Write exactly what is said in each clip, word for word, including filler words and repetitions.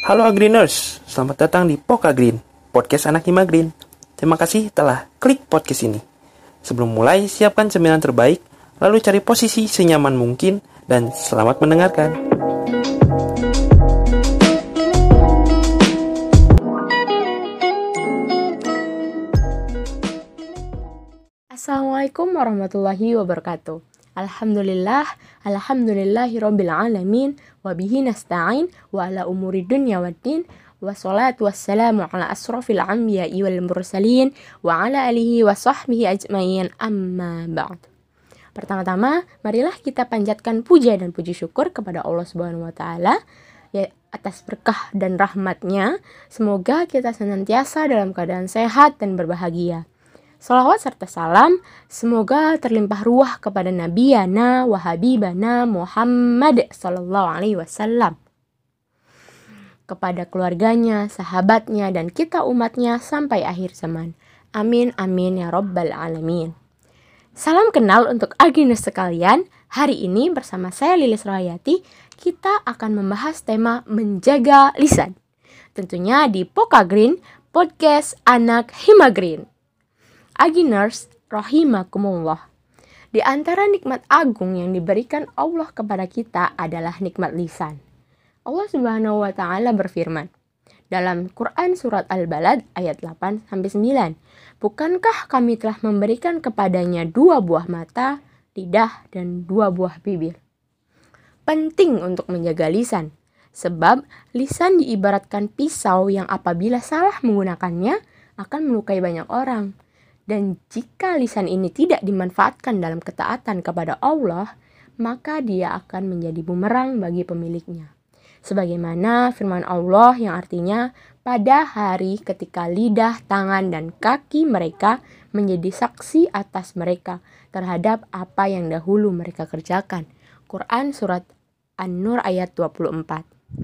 Halo Agriners, selamat datang di Poka Green, podcast anak Hima Green. Terima kasih telah klik podcast ini. Sebelum mulai, siapkan cemilan terbaik, lalu cari posisi senyaman mungkin, dan selamat mendengarkan. Assalamualaikum warahmatullahi wabarakatuh. Alhamdulillah, alhamdulillahi rabbil alamin, wabihi nasta'in, wa ala umuri dunya waddin, wa salatu wassalamu ala asrafil anbiya'i wal mursalin, wa ala alihi wa sahbihi ajmain, amma ba'd. Pertama-tama, marilah kita panjatkan puja dan puji syukur kepada Allah Subhanahu wa taala ya atas berkah dan rahmatnya. Semoga kita senantiasa dalam keadaan sehat dan berbahagia. Salawat serta salam semoga terlimpah ruah kepada Nabi Yana wa Habibana Muhammad sallallahu alaihi wasallam, kepada keluarganya, sahabatnya, dan kita umatnya sampai akhir zaman. Amin amin ya rabbal alamin. Salam kenal untuk Agriners sekalian. Hari ini bersama saya Lilis Rohayati, kita akan membahas tema menjaga lisan. Tentunya di Poka Green, podcast anak Hima Green. Agriners rahimakumullah. Di antara nikmat agung yang diberikan Allah kepada kita adalah nikmat lisan. Allah Subhanahu wa taala berfirman dalam Quran surat Al-Balad ayat delapan sampai sembilan. Bukankah kami telah memberikan kepadanya dua buah mata, lidah, dan dua buah bibir? Penting untuk menjaga lisan, sebab lisan diibaratkan pisau yang apabila salah menggunakannya akan melukai banyak orang. Dan jika lisan ini tidak dimanfaatkan dalam ketaatan kepada Allah, maka dia akan menjadi bumerang bagi pemiliknya. Sebagaimana firman Allah yang artinya, pada hari ketika lidah, tangan, dan kaki mereka menjadi saksi atas mereka terhadap apa yang dahulu mereka kerjakan. Quran surat An-Nur ayat dua puluh empat.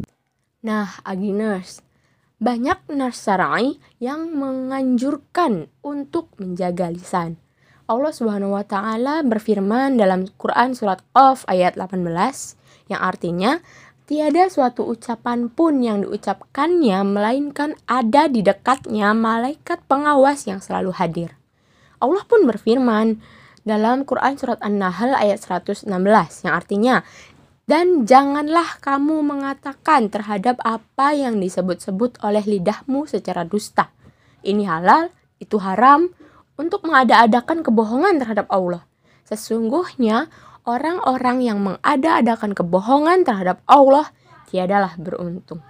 Nah, Agriners, banyak nas syar'i yang menganjurkan untuk menjaga lisan. Allah Subhanahu wa taala berfirman dalam Quran surat Qaf ayat delapan belas yang artinya, tiada suatu ucapan pun yang diucapkannya melainkan ada di dekatnya malaikat pengawas yang selalu hadir. Allah pun berfirman dalam Quran surat An-Nahl ayat seratus enam belas yang artinya, dan janganlah kamu mengatakan terhadap apa yang disebut-sebut oleh lidahmu secara dusta. Ini halal, itu haram, untuk mengada-adakan kebohongan terhadap Allah. Sesungguhnya orang-orang yang mengada-adakan kebohongan terhadap Allah tiadalah beruntung.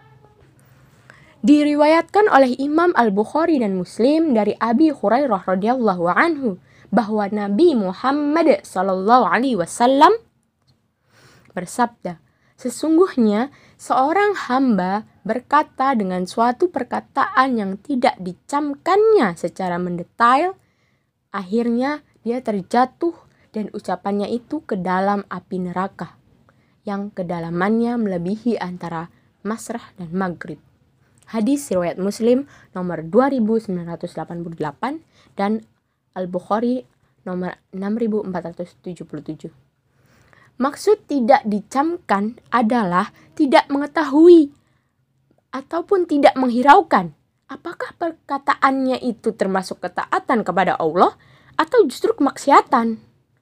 Diriwayatkan oleh Imam Al-Bukhari dan Muslim dari Abi Hurairah radhiyallahu anhu bahwa Nabi Muhammad sallallahu alaihi wasallam bersabda, sesungguhnya seorang hamba berkata dengan suatu perkataan yang tidak dicamkannya secara mendetail, akhirnya dia terjatuh dan ucapannya itu ke dalam api neraka, yang kedalamannya melebihi antara Masrah dan Maghrib. Hadis riwayat Muslim nomor dua ribu sembilan ratus delapan puluh delapan dan Al-Bukhari nomor enam ribu empat ratus tujuh puluh tujuh. Maksud tidak dicamkan adalah tidak mengetahui ataupun tidak menghiraukan apakah perkataannya itu termasuk ketaatan kepada Allah atau justru kemaksiatan.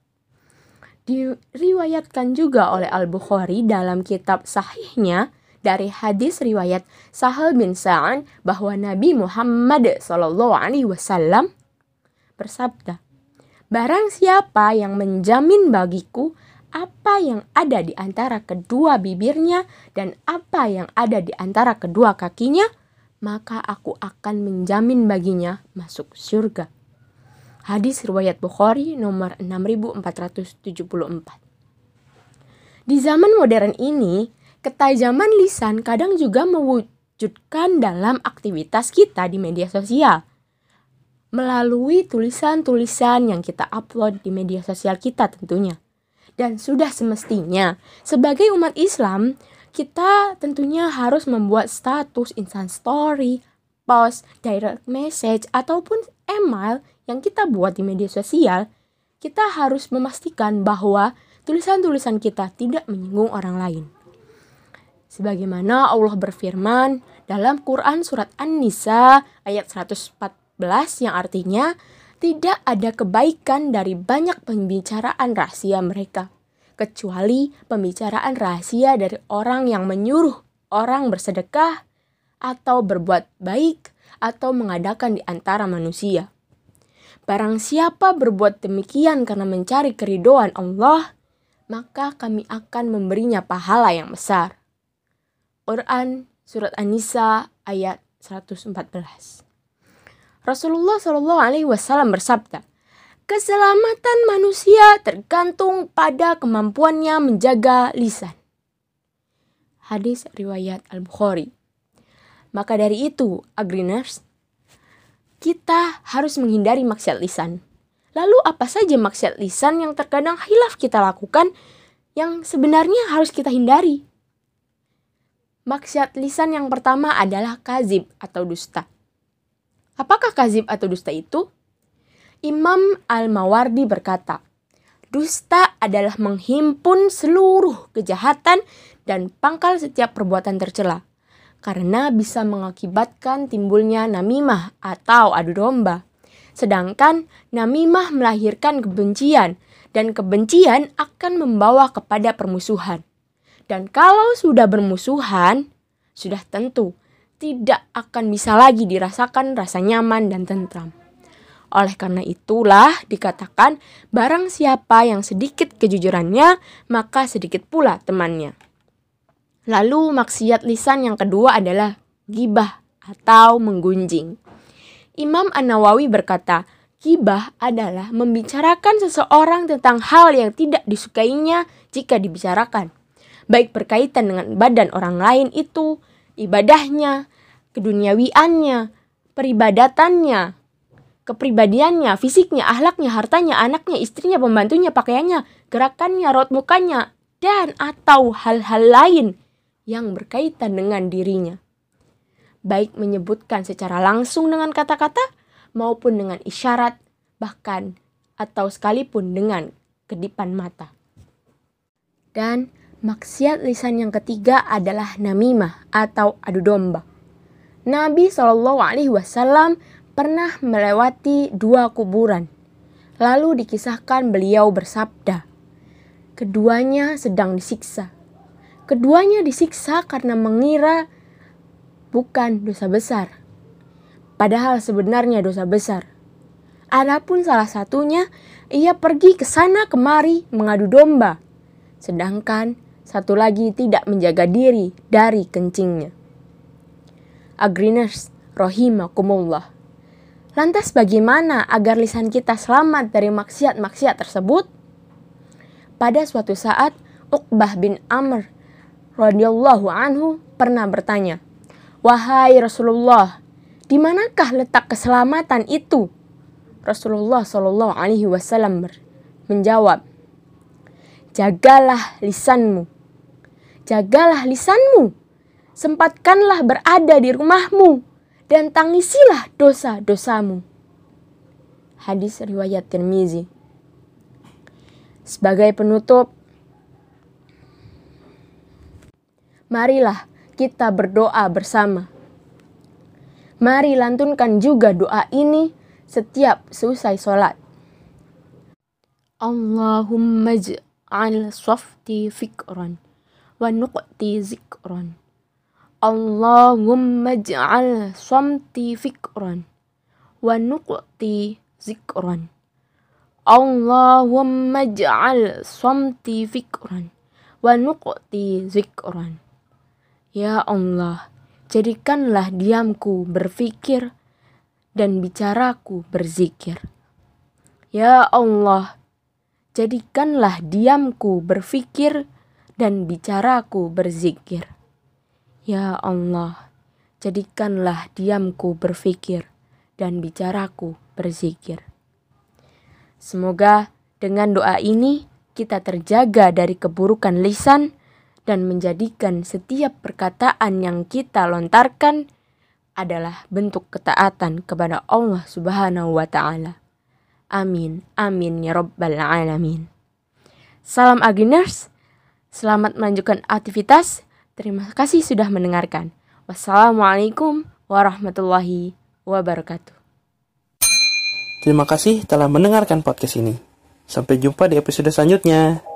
Diriwayatkan juga oleh Al-Bukhari dalam kitab sahihnya dari hadis riwayat Sahal bin Sa'ad bahwa Nabi Muhammad sallallahu alaihi wasallam bersabda, barang siapa yang menjamin bagiku apa yang ada di antara kedua bibirnya dan apa yang ada di antara kedua kakinya, maka aku akan menjamin baginya masuk surga. Hadis riwayat Bukhari nomor enam ribu empat ratus tujuh puluh empat. Di zaman modern ini, ketajaman lisan kadang juga mewujudkan dalam aktivitas kita di media sosial. Melalui tulisan-tulisan yang kita upload di media sosial kita tentunya. Dan sudah semestinya, sebagai umat Islam, kita tentunya harus membuat status Insta Story, post, direct message, ataupun email yang kita buat di media sosial. Kita harus memastikan bahwa tulisan-tulisan kita tidak menyinggung orang lain. Sebagaimana Allah berfirman dalam Quran surat An-Nisa ayat seratus empat belas yang artinya, tidak ada kebaikan dari banyak pembicaraan rahasia mereka, kecuali pembicaraan rahasia dari orang yang menyuruh orang bersedekah atau berbuat baik atau mengadakan di antara manusia. Barang siapa berbuat demikian karena mencari keridhaan Allah, maka kami akan memberinya pahala yang besar. Quran surat An-Nisa ayat seratus empat belas. Rasulullah shallallahu alaihi wasallam bersabda, keselamatan manusia tergantung pada kemampuannya menjaga lisan. Hadis riwayat Al-Bukhari. Maka dari itu, Agriners, kita harus menghindari maksiat lisan. Lalu apa saja maksiat lisan yang terkadang khilaf kita lakukan yang sebenarnya harus kita hindari? Maksiat lisan yang pertama adalah kazib atau dusta. Apakah kazib atau dusta itu? Imam Al-Mawardi berkata, dusta adalah menghimpun seluruh kejahatan dan pangkal setiap perbuatan tercela, karena bisa mengakibatkan timbulnya namimah atau adu domba. Sedangkan namimah melahirkan kebencian, dan kebencian akan membawa kepada permusuhan. Dan kalau sudah bermusuhan, sudah tentu tidak akan bisa lagi dirasakan rasa nyaman dan tentram. Oleh karena itulah dikatakan, barang siapa yang sedikit kejujurannya, maka sedikit pula temannya. Lalu maksiat lisan yang kedua adalah ghibah atau menggunjing. Imam An-Nawawi berkata, ghibah adalah membicarakan seseorang tentang hal yang tidak disukainya jika dibicarakan, baik berkaitan dengan badan orang lain itu, ibadahnya, keduniawiannya, peribadatannya, kepribadiannya, fisiknya, akhlaknya, hartanya, anaknya, istrinya, pembantunya, pakaiannya, gerakannya, raut mukanya, dan atau hal-hal lain yang berkaitan dengan dirinya. Baik menyebutkan secara langsung dengan kata-kata maupun dengan isyarat, bahkan atau sekalipun dengan kedipan mata. Dan maksiat lisan yang ketiga adalah namimah atau adu domba. Nabi shallallahu alaihi wasallam pernah melewati dua kuburan. Lalu dikisahkan beliau bersabda, keduanya sedang disiksa. Keduanya disiksa karena mengira bukan dosa besar, padahal sebenarnya dosa besar. Adapun salah satunya, ia pergi ke sana kemari mengadu domba, sedangkan satu lagi tidak menjaga diri dari kencingnya. Agriners rahimakumullah. Lantas bagaimana agar lisan kita selamat dari maksiat-maksiat tersebut? Pada suatu saat, Uqbah bin Amr radhiyallahu anhu pernah bertanya, wahai Rasulullah, di manakah letak keselamatan itu? Rasulullah shallallahu alaihi wasallam menjawab, jagalah lisanmu. Jagalah lisanmu. Sempatkanlah berada di rumahmu dan tangisilah dosa-dosamu. Hadis riwayat Tirmizi. Sebagai penutup, marilah kita berdoa bersama. Mari lantunkan juga doa ini setiap selesai sholat. Allahumma ij'al safti fikran wa nuqti zikran. Allahumma ij'al samti fikran wa nuqti zikran. Allahumma ij'al samti fikran wa nuqti zikran. Ya Allah, jadikanlah diamku berfikir dan bicaraku berzikir. Ya Allah, jadikanlah diamku berfikir dan bicaraku berzikir. Ya Allah, jadikanlah diamku berfikir dan bicaraku berzikir. Semoga dengan doa ini kita terjaga dari keburukan lisan dan menjadikan setiap perkataan yang kita lontarkan adalah bentuk ketaatan kepada Allah Subhanahu wa Ta'ala. Amin, amin ya Rabbal Alamin. Salam Agriners, selamat melanjutkan aktivitas Terima kasih sudah mendengarkan. Wassalamualaikum warahmatullahi wabarakatuh. Terima kasih telah mendengarkan podcast ini. Sampai jumpa di episode selanjutnya.